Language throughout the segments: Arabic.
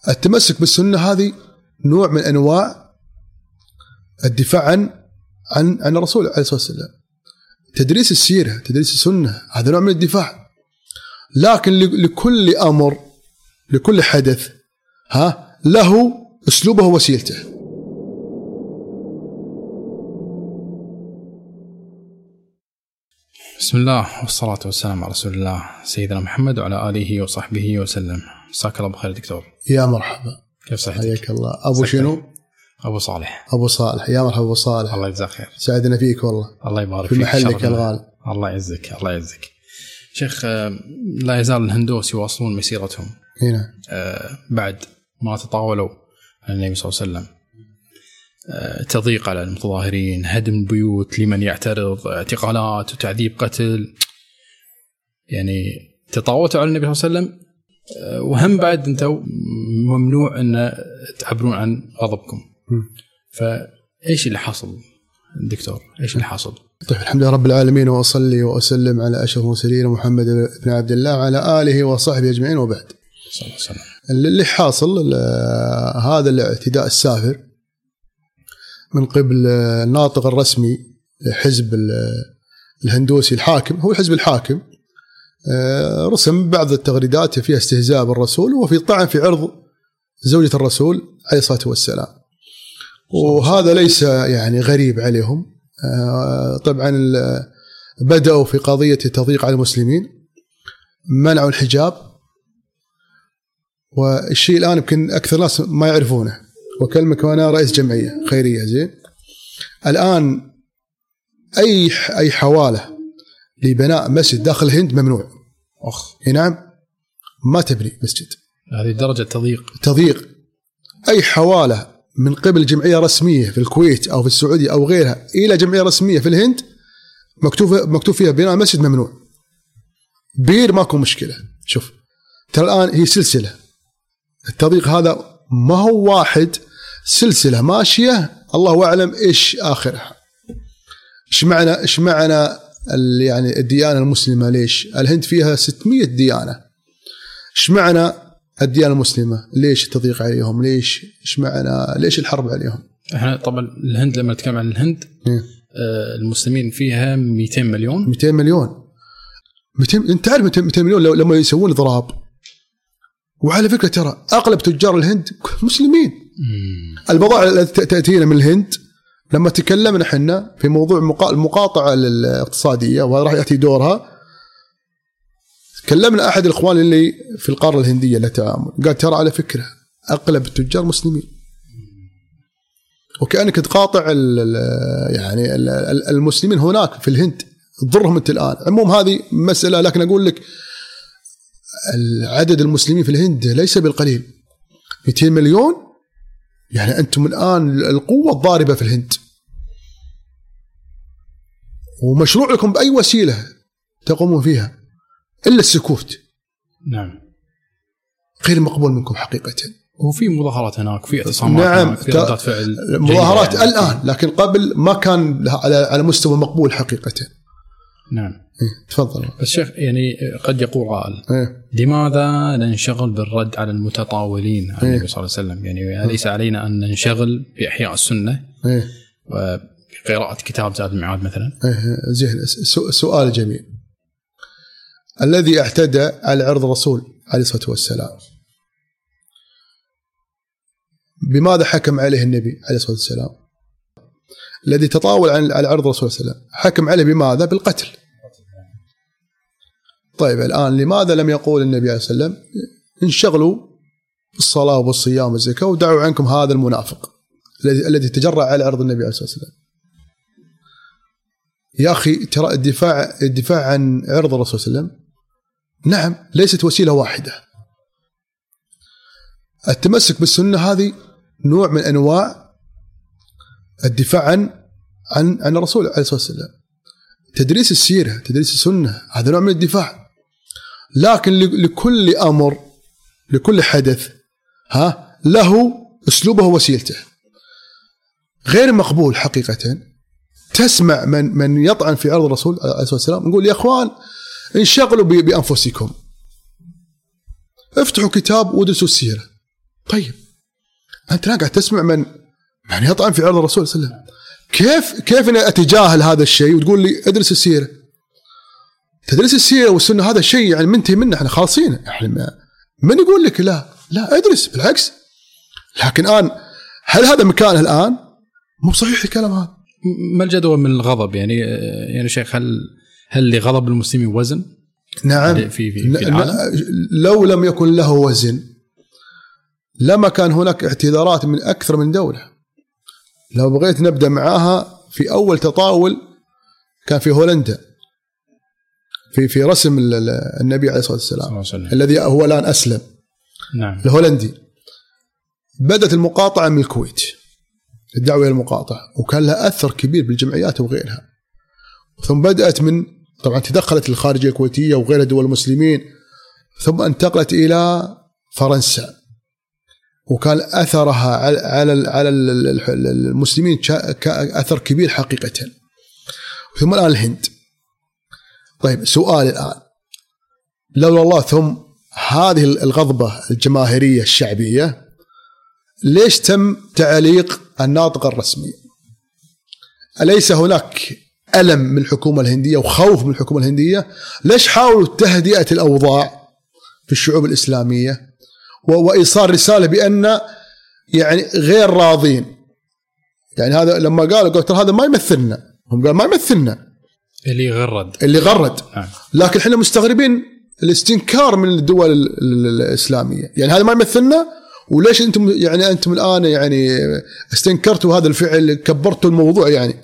التمسك بالسنة هذه نوع من أنواع الدفاع عن الرسول عليه الصلاة والسلام. تدريس السيرة، تدريس السنة، هذا نوع من الدفاع. لكن لكل أمر، لكل حدث له أسلوبه ووسيلته. بسم الله والصلاة والسلام على رسول الله سيدنا محمد وعلى آله وصحبه وسلم. مساك الله بخير دكتور. يا مرحبا، كيف صحتك؟ حياك الله. أبو شنو؟ أبو صالح. أبو صالح، يا مرحبا أبو صالح. الله يجزاك خير. سعدنا فيك والله. الله يبارك في فيك. محلك الغالي. الله يعزك الله يعزك. شيخ، لا يزال الهندوس يواصلون مسيرتهم هنا بعد ما تطاولوا على النبي صلى الله عليه وسلم، تضييق على المتظاهرين، هدم البيوت لمن يعترض، اعتقالات وتعذيب، قتل. يعني تطاولتوا على النبي صلى الله عليه وسلم، وهم بعد انتم ممنوع ان تعبرون عن غضبكم. فايش اللي حصل دكتور؟ ايش اللي حصل؟ طيب، الحمد لله رب العالمين، واصلي واسلم على اشرف المرسلين محمد بن عبد الله وعلى اله وصحبه اجمعين، وبعد. صلى الله عليه وسلم. اللي حاصل هذا الاعتداء السافر من قبل الناطق الرسمي لحزب الهندوسي الحاكم، هو الحزب الحاكم، رسم بعض التغريدات فيها استهزاء بالرسول وفي طعن في عرض زوجة الرسول عليه الصلاة والسلام، وهذا ليس يعني غريب عليهم. طبعا بدأوا في قضية التضييق على المسلمين، منعوا الحجاب، والشيء الآن يمكن أكثر ناس ما يعرفونه، وكلمك وأنا رئيس جمعية خيرية زين. الآن أي حوالة لبناء مسجد داخل الهند ممنوع. نعم، ما تبني مسجد. هذه درجة تضييق. أي حوالة من قبل جمعية رسمية في الكويت أو في السعودية أو غيرها إلى جمعية رسمية في الهند مكتوب فيها بناء مسجد ممنوع. بير ماكو مشكلة. شوف، ترى الآن هي سلسلة. التضييق هذا ما هو واحد، سلسلة ماشية، الله أعلم إيش آخرها. إيش معنى يعني الديانة المسلمة؟ ليش الهند فيها 600 ديانة؟ إيش معنى الديانة المسلمة؟ ليش التضييق عليهم؟ ليش معنى ليش الحرب عليهم؟ احنا طبعا الهند، لما نتكلم عن الهند المسلمين فيها 200 مليون. 200 مليون. انت عارف 200 مليون لما يسوون ضراب. وعلى فكرة ترى أغلب تجار الهند مسلمين. البضائع التي تأتينا من الهند، لما تكلمنا حنا في موضوع المقاطعة الاقتصادية وراح يأتي دورها، كلمنا أحد الإخوان اللي في القارة الهندية للتعامل، قال ترى على فكرة أغلب التجار مسلمين. وكأنك تقاطع يعني المسلمين هناك في الهند، تضرهم أنت الآن. عموم هذه مسألة، لكن أقول لك العدد المسلمين في الهند ليس بالقليل. 200 مليون، يعني أنتم الآن القوة الضاربة في الهند، ومشروع لكم بأي وسيلة تقومون فيها إلا السكوت. نعم، غير مقبول منكم حقيقة. وفي مظاهرات هناك، في اعتصامات. نعم، في ردات فعل مظاهرات يعني الآن، لكن قبل ما كان على مستوى مقبول حقيقة. نعم. تفضل. الشيخ، يعني قد يقول قائل لماذا ننشغل بالرد على المتطاولين على النبي صلى الله عليه وسلم؟ يعني أليس علينا أن ننشغل بإحياء السنة وبقراءة كتاب زاد المعاد مثلا؟ زين، سؤال جميل. الذي اعتدى على عرض الرسول عليه الصلاة والسلام، بماذا حكم عليه النبي عليه الصلاة والسلام؟ الذي تطاول على عرض الرسول صلى الله عليه وسلم حكم عليه بماذا؟ بالقتل. طيب الآن لماذا لم يقول النبي عليه الصلاة والسلام انشغلوا بالصلاة وبالصيام والزكاة ودعوا عنكم هذا المنافق الذي تجرأ على عرض النبي عليه الصلاة والسلام؟ يا أخي، ترى الدفاع عن عرض الرسول صلى الله عليه وسلم نعم ليست وسيلة واحدة. التمسك بالسنة هذه نوع من أنواع الدفاع عن الرسول عليه الصلاة والسلام. تدريس السيرة، تدريس السنة، هذا نوع من الدفاع. لكن لكل أمر، لكل حدث له أسلوبه ووسيلته. غير مقبول حقيقة تسمع من يطعن في عرض الرسول عليه الصلاة والسلام نقول يا أخوان انشغلوا بأنفسكم، افتحوا كتاب ودرسوا السيرة. طيب أنت لا قاعد تسمع من يعني يطعن في عرض الرسول صلى الله عليه وسلم، كيف أنا أتجاهل هذا الشيء وتقول لي أدرس السيرة؟ تدرس السيرة والسنة هذا الشيء يعني منتهي منه، احنا خالصين، احنا من يقول لك لا أدرس، بالعكس. لكن الآن هل هذا مكانه الآن؟ مو صحيح الكلام هذا. ما الجدوى من الغضب يعني شيخ، هل لغضب المسلمين وزن؟ نعم في العالم؟ لو لم يكن له وزن لما كان هناك اعتذارات من أكثر من دولة. لو بغيت نبدأ معاها في أول تطاول كان في هولندا في رسم النبي عليه الصلاة والسلام الذي هو الآن أسلم. نعم. الهولندي بدأت المقاطعة من الكويت، الدعوة إلى المقاطعة، وكان لها أثر كبير بالجمعيات وغيرها. ثم بدأت من طبعا تدخلت الخارجية الكويتية وغيرها دول المسلمين، ثم انتقلت إلى فرنسا، وكان أثرها على المسلمين أثر كبير حقيقة. ثم الآن الهند. طيب سؤال الآن، لولا الله ثم هذه الغضبة الجماهيرية الشعبية ليش تم تعليق الناطق الرسمي؟ أليس هناك ألم من الحكومة الهندية وخوف من الحكومة الهندية؟ ليش حاولوا تهدئة الأوضاع في الشعوب الإسلامية وإيصال رسالة بأن يعني غير راضين؟ يعني هذا لما قلت هذا ما يمثلنا، هم قال ما يمثلنا، اللي غرد. لكن احنا مستغربين الاستنكار من الدول الإسلامية، يعني هذا ما يمثلنا، وليش أنتم يعني أنتم الآن يعني استنكرتوا هذا الفعل، كبرتوا الموضوع؟ يعني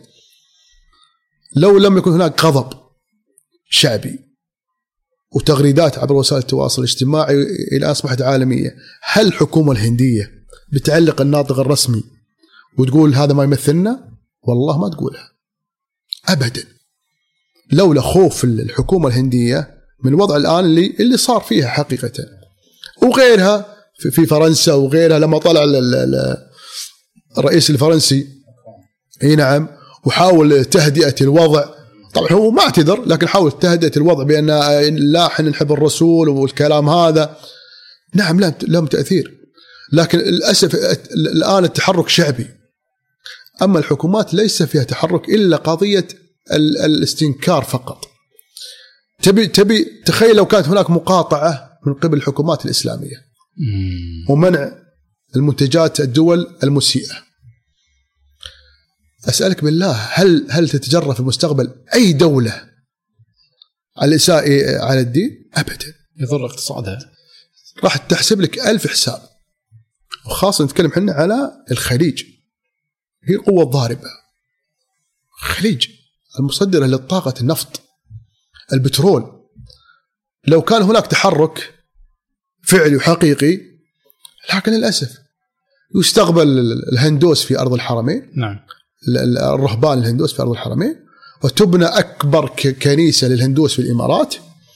لو لم يكن هناك غضب شعبي وتغريدات عبر وسائل التواصل الاجتماعي إلى أصبحت عالمية، هل الحكومة الهندية بتعلق الناطق الرسمي وتقول هذا ما يمثلنا؟ والله ما تقولها أبدا، لولا خوف الحكومة الهندية من الوضع الآن اللي صار فيها حقيقة. وغيرها في فرنسا وغيرها، لما طلع الرئيس الفرنسي نعم وحاول تهدئة الوضع، طبعا هو ما اعتذر لكن حاول تهدئة الوضع بأن لا احنا نحب الرسول والكلام هذا، نعم لهم تأثير، لكن للأسف الآن التحرك شعبي. أما الحكومات ليس فيها تحرك إلا قضية الاستنكار فقط. تبي تخيل لو كانت هناك مقاطعة من قبل الحكومات الإسلامية ومنع المنتجات الدول المسيئة، أسألك بالله هل تتجرأ في المستقبل أي دولة على الإساءة على الدين؟ أبدا، يضر اقتصادها، راح تحسب لك 1000 حساب. وخاصة نتكلم حنا على الخليج، هي القوة الضاربة، الخليج المصدرة للطاقة، النفط، البترول. لو كان هناك تحرك فعلي وحقيقي، لكن للأسف يستقبل الهندوس في أرض الحرمين. نعم. الرهبان الهندوس في أرض الحرمين، وتبنى أكبر كنيسة للهندوس في الإمارات.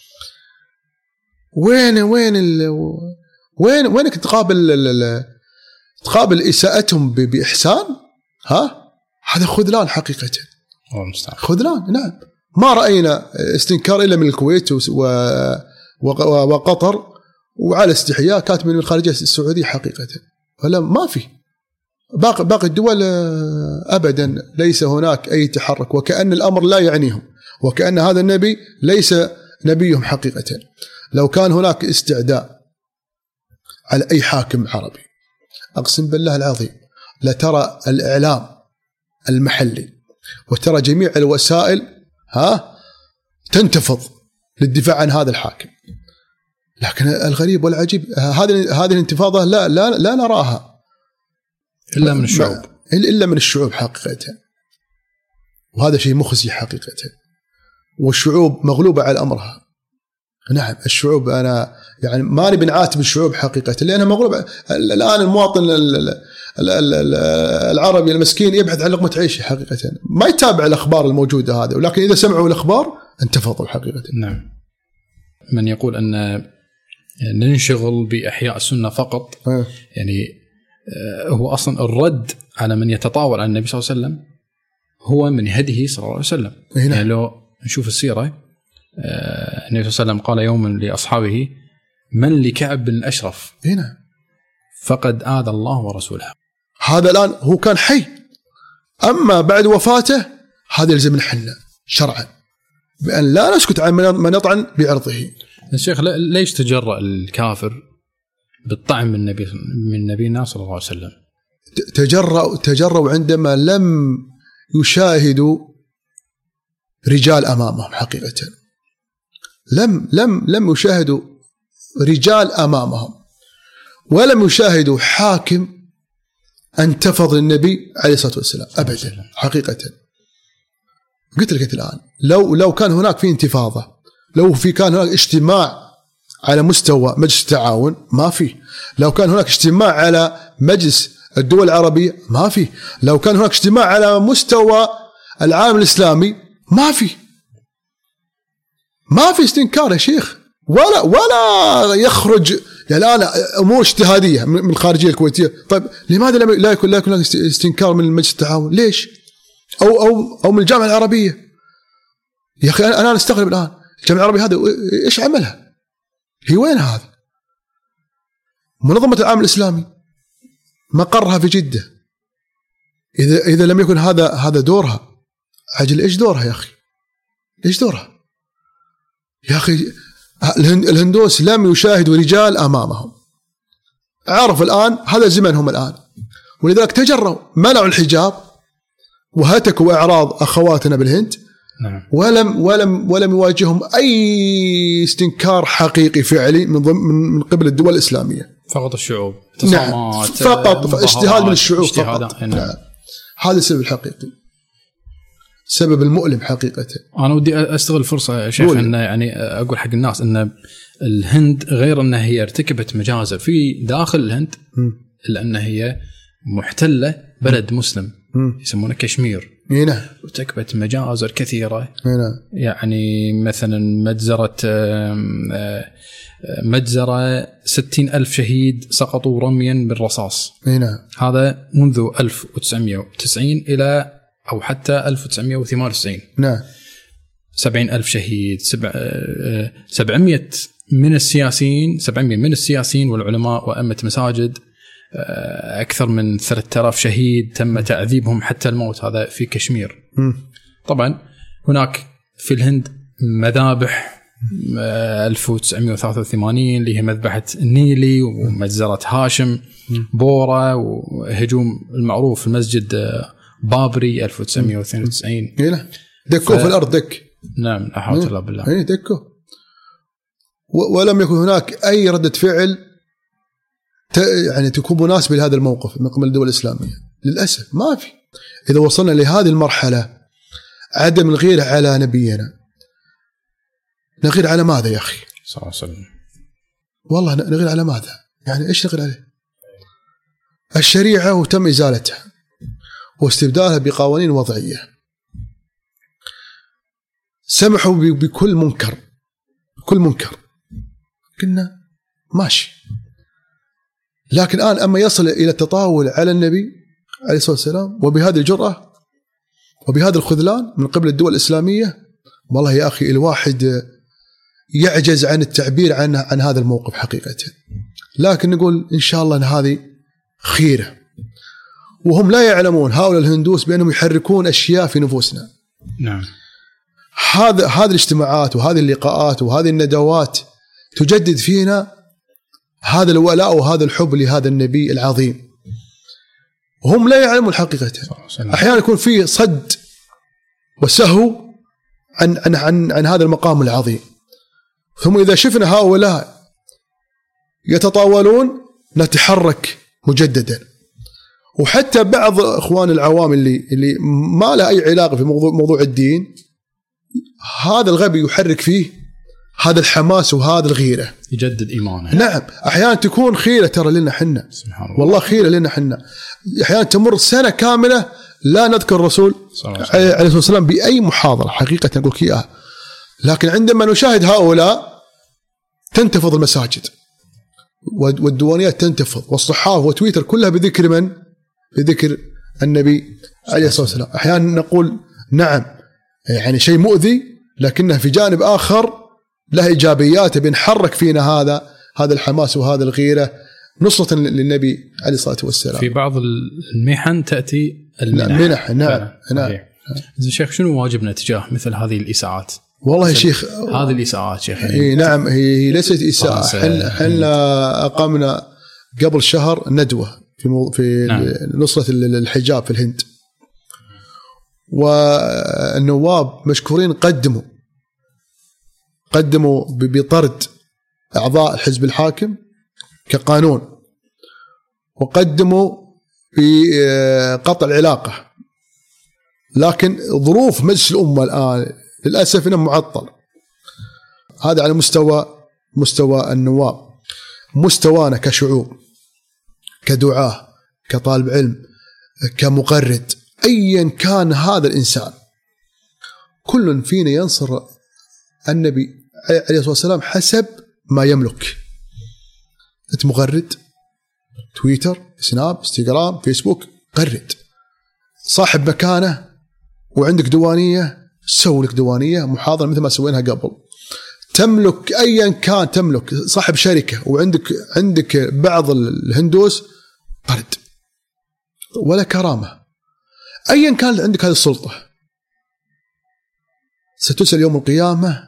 وينك تقابل إساءتهم بإحسان؟ هذا خذلان حقيقة، خذلان. نعم، ما رأينا استنكار إلا من الكويت وقطر، وعلى استحياء كانت من الخارجية السعودية حقيقة، ولا ما في باقي الدول أبدا ليس هناك أي تحرك، وكأن الأمر لا يعنيهم، وكأن هذا النبي ليس نبيهم حقيقة. لو كان هناك استعداء على أي حاكم عربي، أقسم بالله العظيم لترى الإعلام المحلي وترى جميع الوسائل تنتفض للدفاع عن هذا الحاكم. لكن الغريب والعجيب هذه الانتفاضة لا نراها إلا من الشعوب، إلا من الشعوب حقيقة، وهذا شيء مخزي حقيقة. والشعوب مغلوبة على أمرها. نعم الشعوب، أنا يعني ما نبي نعاتب الشعوب حقيقة لأنها مغلوبة. الآن المواطن العربي المسكين يبحث عن لقمة عيشه حقيقة، ما يتابع الأخبار الموجودة هذه، ولكن إذا سمعوا الأخبار انتفضوا حقيقة. نعم. من يقول أن ننشغل بإحياء السنة فقط، يعني هو أصلا الرد على من يتطاول عن النبي صلى الله عليه وسلم هو من هديه صلى الله عليه وسلم. يعني لو نشوف السيرة، النبي صلى الله عليه وسلم قال يوما لأصحابه: من لكعب بن الأشرف؟ هنا فقد آذى الله ورسوله. هذا الآن هو كان حي، أما بعد وفاته هذا يلزم حنا شرعا بأن لا نسكت عن من نطعن بعرضه. الشيخ ليش تجرأ الكافر بالطعن من نبينا صلى الله عليه وسلم؟ تجرأوا عندما لم يشاهدوا رجال أمامهم حقيقة، لم يشاهدوا رجال أمامهم، ولم يشاهدوا حاكم انتفض للنبي عليه الصلاة والسلام أبدا حقيقة. قلت لك الآن لو كان هناك في انتفاضة، لو كان هناك اجتماع على مستوى مجلس التعاون ما في، لو كان هناك اجتماع على مجلس الدول العربية ما في، لو كان هناك اجتماع على مستوى العالم الإسلامي ما في استنكار يا شيخ، ولا يخرج يعني الآن أمور اجتهادية من الخارجية الكويتية. طيب لماذا لا يكون استنكار من مجلس التعاون؟ ليش؟ أو من الجامعة العربية؟ يا أخي أنا أستغرب الآن الجامعة العربية هذا إيش عملها؟ هي وين هذا؟ منظمة العالم الإسلامي مقرها في جدة، إذا لم يكن هذا دورها، عجل إيش دورها يا أخي؟ إيش دورها يا أخي؟ الهندوس لم يشاهدوا رجال أمامهم، عرف الآن هذا زمنهم الآن، ولذلك تجروا منعوا الحجاب وهتكوا إعراض أخواتنا بالهند. نعم. ولم يواجههم أي استنكار حقيقي فعلي من قبل الدول الإسلامية، فقط الشعوب. نعم. فقط اجتهاد من الشعوب فقط. نعم. هذا السبب الحقيقي، سبب المؤلم حقيقة. أنا ودي أستغل الفرصة يا شيخ أن يعني أقول حق الناس أن الهند غير أنها هي ارتكبت مجازر في داخل الهند، إلا أنها هي محتلة بلد مسلم يسمونه كشمير. نعم. ارتكبت مجازر كثيرة. نعم. يعني مثلا مجزرة 60,000 شهيد سقطوا رميا بالرصاص. نعم. هذا منذ 1990 إلى أو حتى 1998. نعم. 70,000 شهيد، 700 من السياسيين والعلماء وأئمة مساجد، أكثر من 3,000 شهيد تم تعذيبهم حتى الموت. هذا في كشمير. طبعا هناك في الهند مذابح 1983 اللي هي مذبحة النيلي ومجزرة هاشم بورا، وهجوم المعروف في المسجد بابري 1992. دكوا في الأرض دك. نعم لا حول ولا قوة إلا بالله. دكوا ولم يكن هناك أي ردة فعل يعني تكون مناسبة لهذا الموقف من قبل الدول الإسلامية. للأسف ما في. إذا وصلنا لهذه المرحلة عدم الغيرة على نبينا، نغير على ماذا يا أخي؟ صلى الله عليه وسلم. والله نغير على ماذا؟ يعني إيش نغير عليه؟ الشريعة وتم إزالتها واستبدالها بقوانين وضعية، سمحوا بكل منكر، كل منكر قلنا ماشي. لكن الآن أما يصل إلى التطاول على النبي عليه الصلاة والسلام وبهذه الجرأة وبهذا الخذلان من قبل الدول الإسلامية، والله يا أخي الواحد يعجز عن التعبير عن هذا الموقف حقيقة. لكن نقول إن شاء الله أن هذه خيرة، وهم لا يعلمون هؤلاء الهندوس بأنهم يحركون أشياء في نفوسنا. نعم. هذه الاجتماعات وهذه اللقاءات وهذه الندوات تجدد فينا هذا الولاء وهذا الحب لهذا النبي العظيم، وهم لا يعلمون الحقيقة. أحيانا يكون فيه صد وسهو عن هذا المقام العظيم، ثم إذا شفنا هؤلاء يتطاولون نتحرك مجددا. وحتى بعض إخوان العوام اللي ما له أي علاقة في موضوع الدين، هذا الغبي يحرك فيه هذا الحماس وهذا الغيرة، يجدد إيمانه. نعم. أحيانا تكون خيرة ترى لنا حنا، والله خيرة لنا حنا. أحيانا تمر سنة كاملة لا نذكر الرسول عليه الصلاة والسلام بأي محاضرة حقيقة نقول إياها، لكن عندما نشاهد هؤلاء تنتفض المساجد والديوانيات تنتفض والصحافة وتويتر كلها بذكر من؟ بذكر النبي عليه الصلاة والسلام. أحيانا نقول نعم يعني شيء مؤذي، لكنه في جانب آخر له إيجابيات بنحرك فينا هذا الحماس وهذا الغيرة نصرة للنبي عليه الصلاة والسلام. في بعض المحن تأتي المنح. نعم. زين شيخ، شنو واجبنا تجاه مثل هذه الإساءات؟ والله يا شيخ هذه الإساءات شيخ نعم، هي ليست إساءة. حنا أقامنا قبل شهر ندوة في نعم. نصرة الحجاب في الهند، والنواب مشكورين قدموا بطرد أعضاء الحزب الحاكم كقانون، وقدموا بقطع العلاقة، لكن ظروف مجلس الأمة الآن للأسف إنه معطل. هذا على مستوى النواب. مستوانا كشعوب، كدعاة، كطالب علم، كمقرد، أيا كان هذا الإنسان، كل فينا ينصر النبي عليه الصلاة والسلام حسب ما يملك. أنت مغرد، تويتر، سناب، انستغرام، فيسبوك، قرد. صاحب مكانه وعندك دوانية، سوي لك دوانية، محاضرة مثل ما سويناها قبل. تملك أيا كان، تملك صاحب شركة وعندك بعض الهندوس، قرد ولا كرامة. أيا كان عندك هذه السلطة، ستسأل يوم القيامة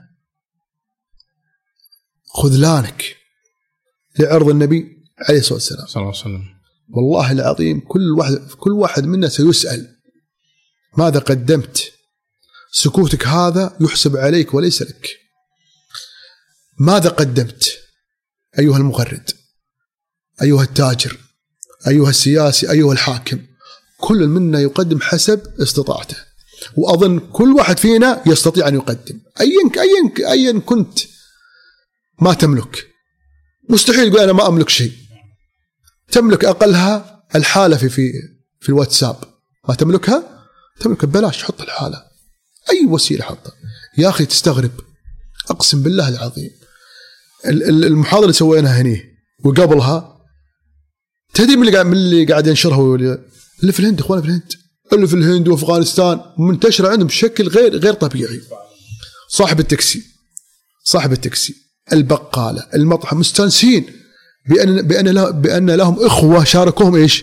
خذلانك لعرض النبي عليه الصلاة والسلام صلى الله عليه وسلم. والله العظيم كل واحد منا سيسأل ماذا قدمت. سكوتك هذا يحسب عليك وليس لك. ماذا قدمت أيها المغرد، أيها التاجر، أيها السياسي، أيها الحاكم؟ كل منا يقدم حسب استطاعته، وأظن كل واحد فينا يستطيع أن يقدم. أيا كنت ما تملك، مستحيل تقول أنا ما أملك شيء. تملك أقلها الحالة في الواتساب، ما تملكها ببلاش، حط الحالة، أي وسيلة حطها يا أخي. تستغرب، أقسم بالله العظيم. المحاضرة اللي سويناها هني وقبلها، تدري من اللي قاعد ينشرها؟ اللي في الهند، إخوانا في الهند، اللي في الهند وأفغانستان، منتشرة عندهم بشكل غير طبيعي. صاحب التاكسي، البقالة، المطعم، مستانسين بأن لهم إخوة شاركوهم إيش.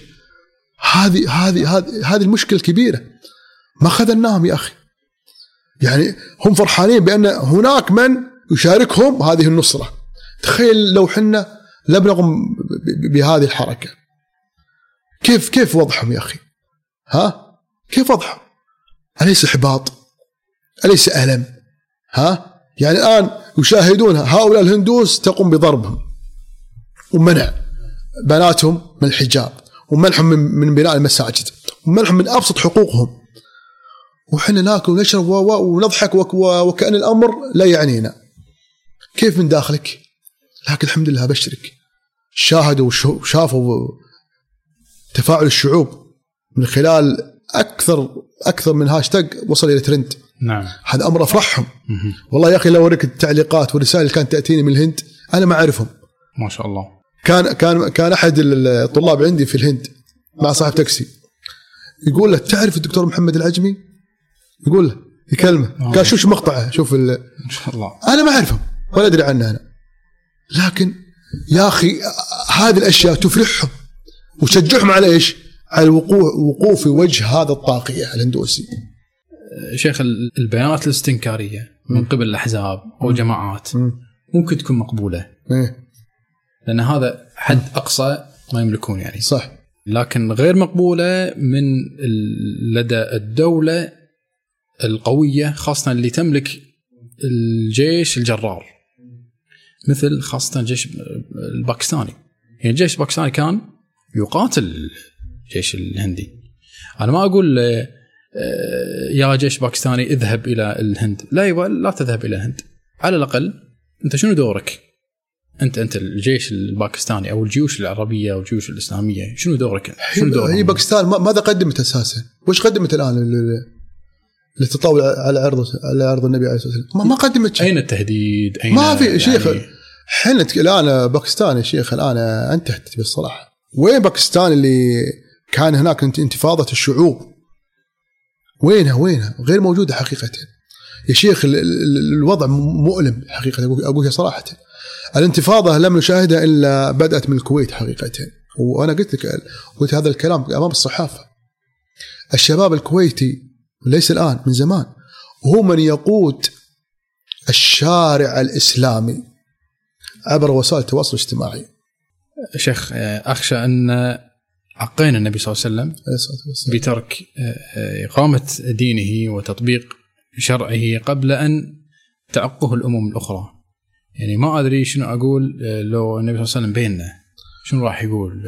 هذه المشكلة الكبيرة، ما خذلناهم يا أخي. يعني هم فرحانين بأن هناك من يشاركهم هذه النصرة. تخيل لو حنا لم نقم بهذه الحركة، كيف وضعهم يا أخي؟ كيف وضعهم؟ أليس إحباط؟ أليس ألم؟ يعني الآن يشاهدون هؤلاء الهندوس تقوم بضربهم ومنع بناتهم من الحجاب، ومنعهم من بناء المساجد، ومنعهم من أبسط حقوقهم، وحنا ناكل ونشرب ونضحك وكأن الأمر لا يعنينا. كيف من داخلك؟ لكن الحمد لله بشرك، شاهدوا وشافوا تفاعل الشعوب من خلال أكثر من هاشتاج وصل إلى ترند. نعم. هذا أمر أفرحهم. والله يا أخي لو أوريك التعليقات والرسائل اللي كانت تأتيني من الهند، أنا ما أعرفهم ما شاء الله. كان أحد الطلاب عندي في الهند مع صاحب تاكسي، يقول له تعرف الدكتور محمد العجمي؟ يقول له يكلمه، قال شوف مقطعه، شوف إن شاء الله. أنا ما أعرفهم ولا أدري عنه أنا، لكن يا أخي هذه الأشياء تفرحهم وتشجعهم على إيش؟ على الوقوف في وجه هذا الطاغية الهندوسي. شيخ، البيانات الاستنكارية من قبل الأحزاب أو جماعات ممكن تكون مقبولة، لأن هذا حد أقصى ما يملكون يعني، صح، لكن غير مقبولة من لدى الدولة القوية، خاصة اللي تملك الجيش الجرار، مثل خاصة الجيش الباكستاني. يعني الجيش الباكستاني كان يقاتل الجيش الهندي. أنا ما أقول يا جيش باكستاني اذهب إلى الهند، لا تذهب إلى الهند. على الأقل أنت شنو دورك؟ أنت الجيش الباكستاني أو الجيوش العربية أو الجيوش الإسلامية، شنو دورك؟ هي باكستان ماذا قدمت أساسا؟ وش قدمت الآن للتطاول على عرض النبي عليه الصلاة والسلام؟ ما قدمت شيء. أين التهديد؟ ما في شيخ. حين الآن باكستان يا شيخ الآن انتهت بالصراحة. وين باكستان اللي كان هناك انتفاضة الشعوب؟ وينها غير موجودة حقيقة يا شيخ. الوضع مؤلم حقيقة، أقولها صراحة. الانتفاضة لم نشاهدها إلا بدأت من الكويت حقيقة. وأنا قلت هذا الكلام أمام الصحافة. الشباب الكويتي ليس الآن، من زمان، وهو من يقود الشارع الإسلامي عبر وسائل التواصل الاجتماعي. شيخ، أخشى أن عقينا النبي صلى الله عليه وسلم بترك إقامة دينه وتطبيق شرعه قبل أن تعقه الأمم الأخرى. يعني ما أدري شنو أقول لو النبي صلى الله عليه وسلم بيننا، شنو راح يقول؟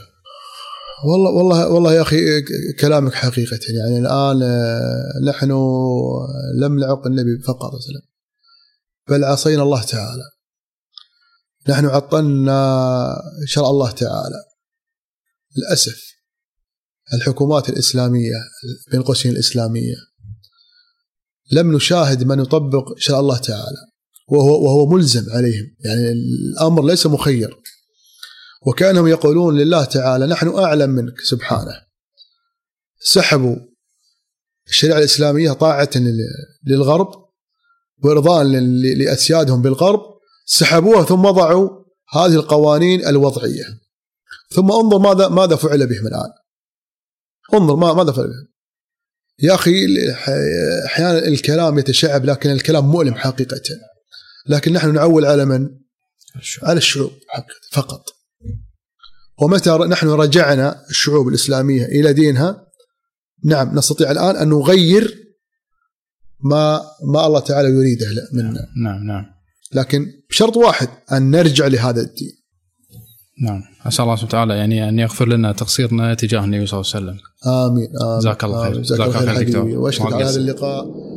والله يا أخي كلامك حقيقة. يعني الآن نحن لم نعق النبي فقط بل عصينا الله تعالى. نحن عطلنا شرع الله تعالى. للأسف الحكومات الإسلامية بين قوسين الإسلامية لم نشاهد من يطبق شرع الله تعالى، وهو ملزم عليهم. يعني الأمر ليس مخير، وكانهم يقولون لله تعالى نحن أعلم منك سبحانه. سحبوا الشريعة الإسلامية طاعة للغرب وإرضاء لأسيادهم بالغرب، سحبوها ثم وضعوا هذه القوانين الوضعية. ثم انظر ماذا فعل بهم الآن. انظر ماذا فعل بهم. يا أخي أحيانا الكلام يتشعب، لكن الكلام مؤلم حقيقة. لكن نحن نعول على من؟ على الشعوب فقط. ومتى نحن رجعنا الشعوب الإسلامية إلى دينها، نعم نستطيع الآن أن نغير ما الله تعالى يريده منا. نعم. لكن بشرط واحد، أن نرجع لهذا الدين. نعم. أسأل الله سبحانه وتعالى يعني أن يغفر لنا تقصيرنا تجاه النبي صلى الله عليه وسلم. آمين. جزاك الله خير. جزاك الله خير. وأشكرك على هذا اللقاء.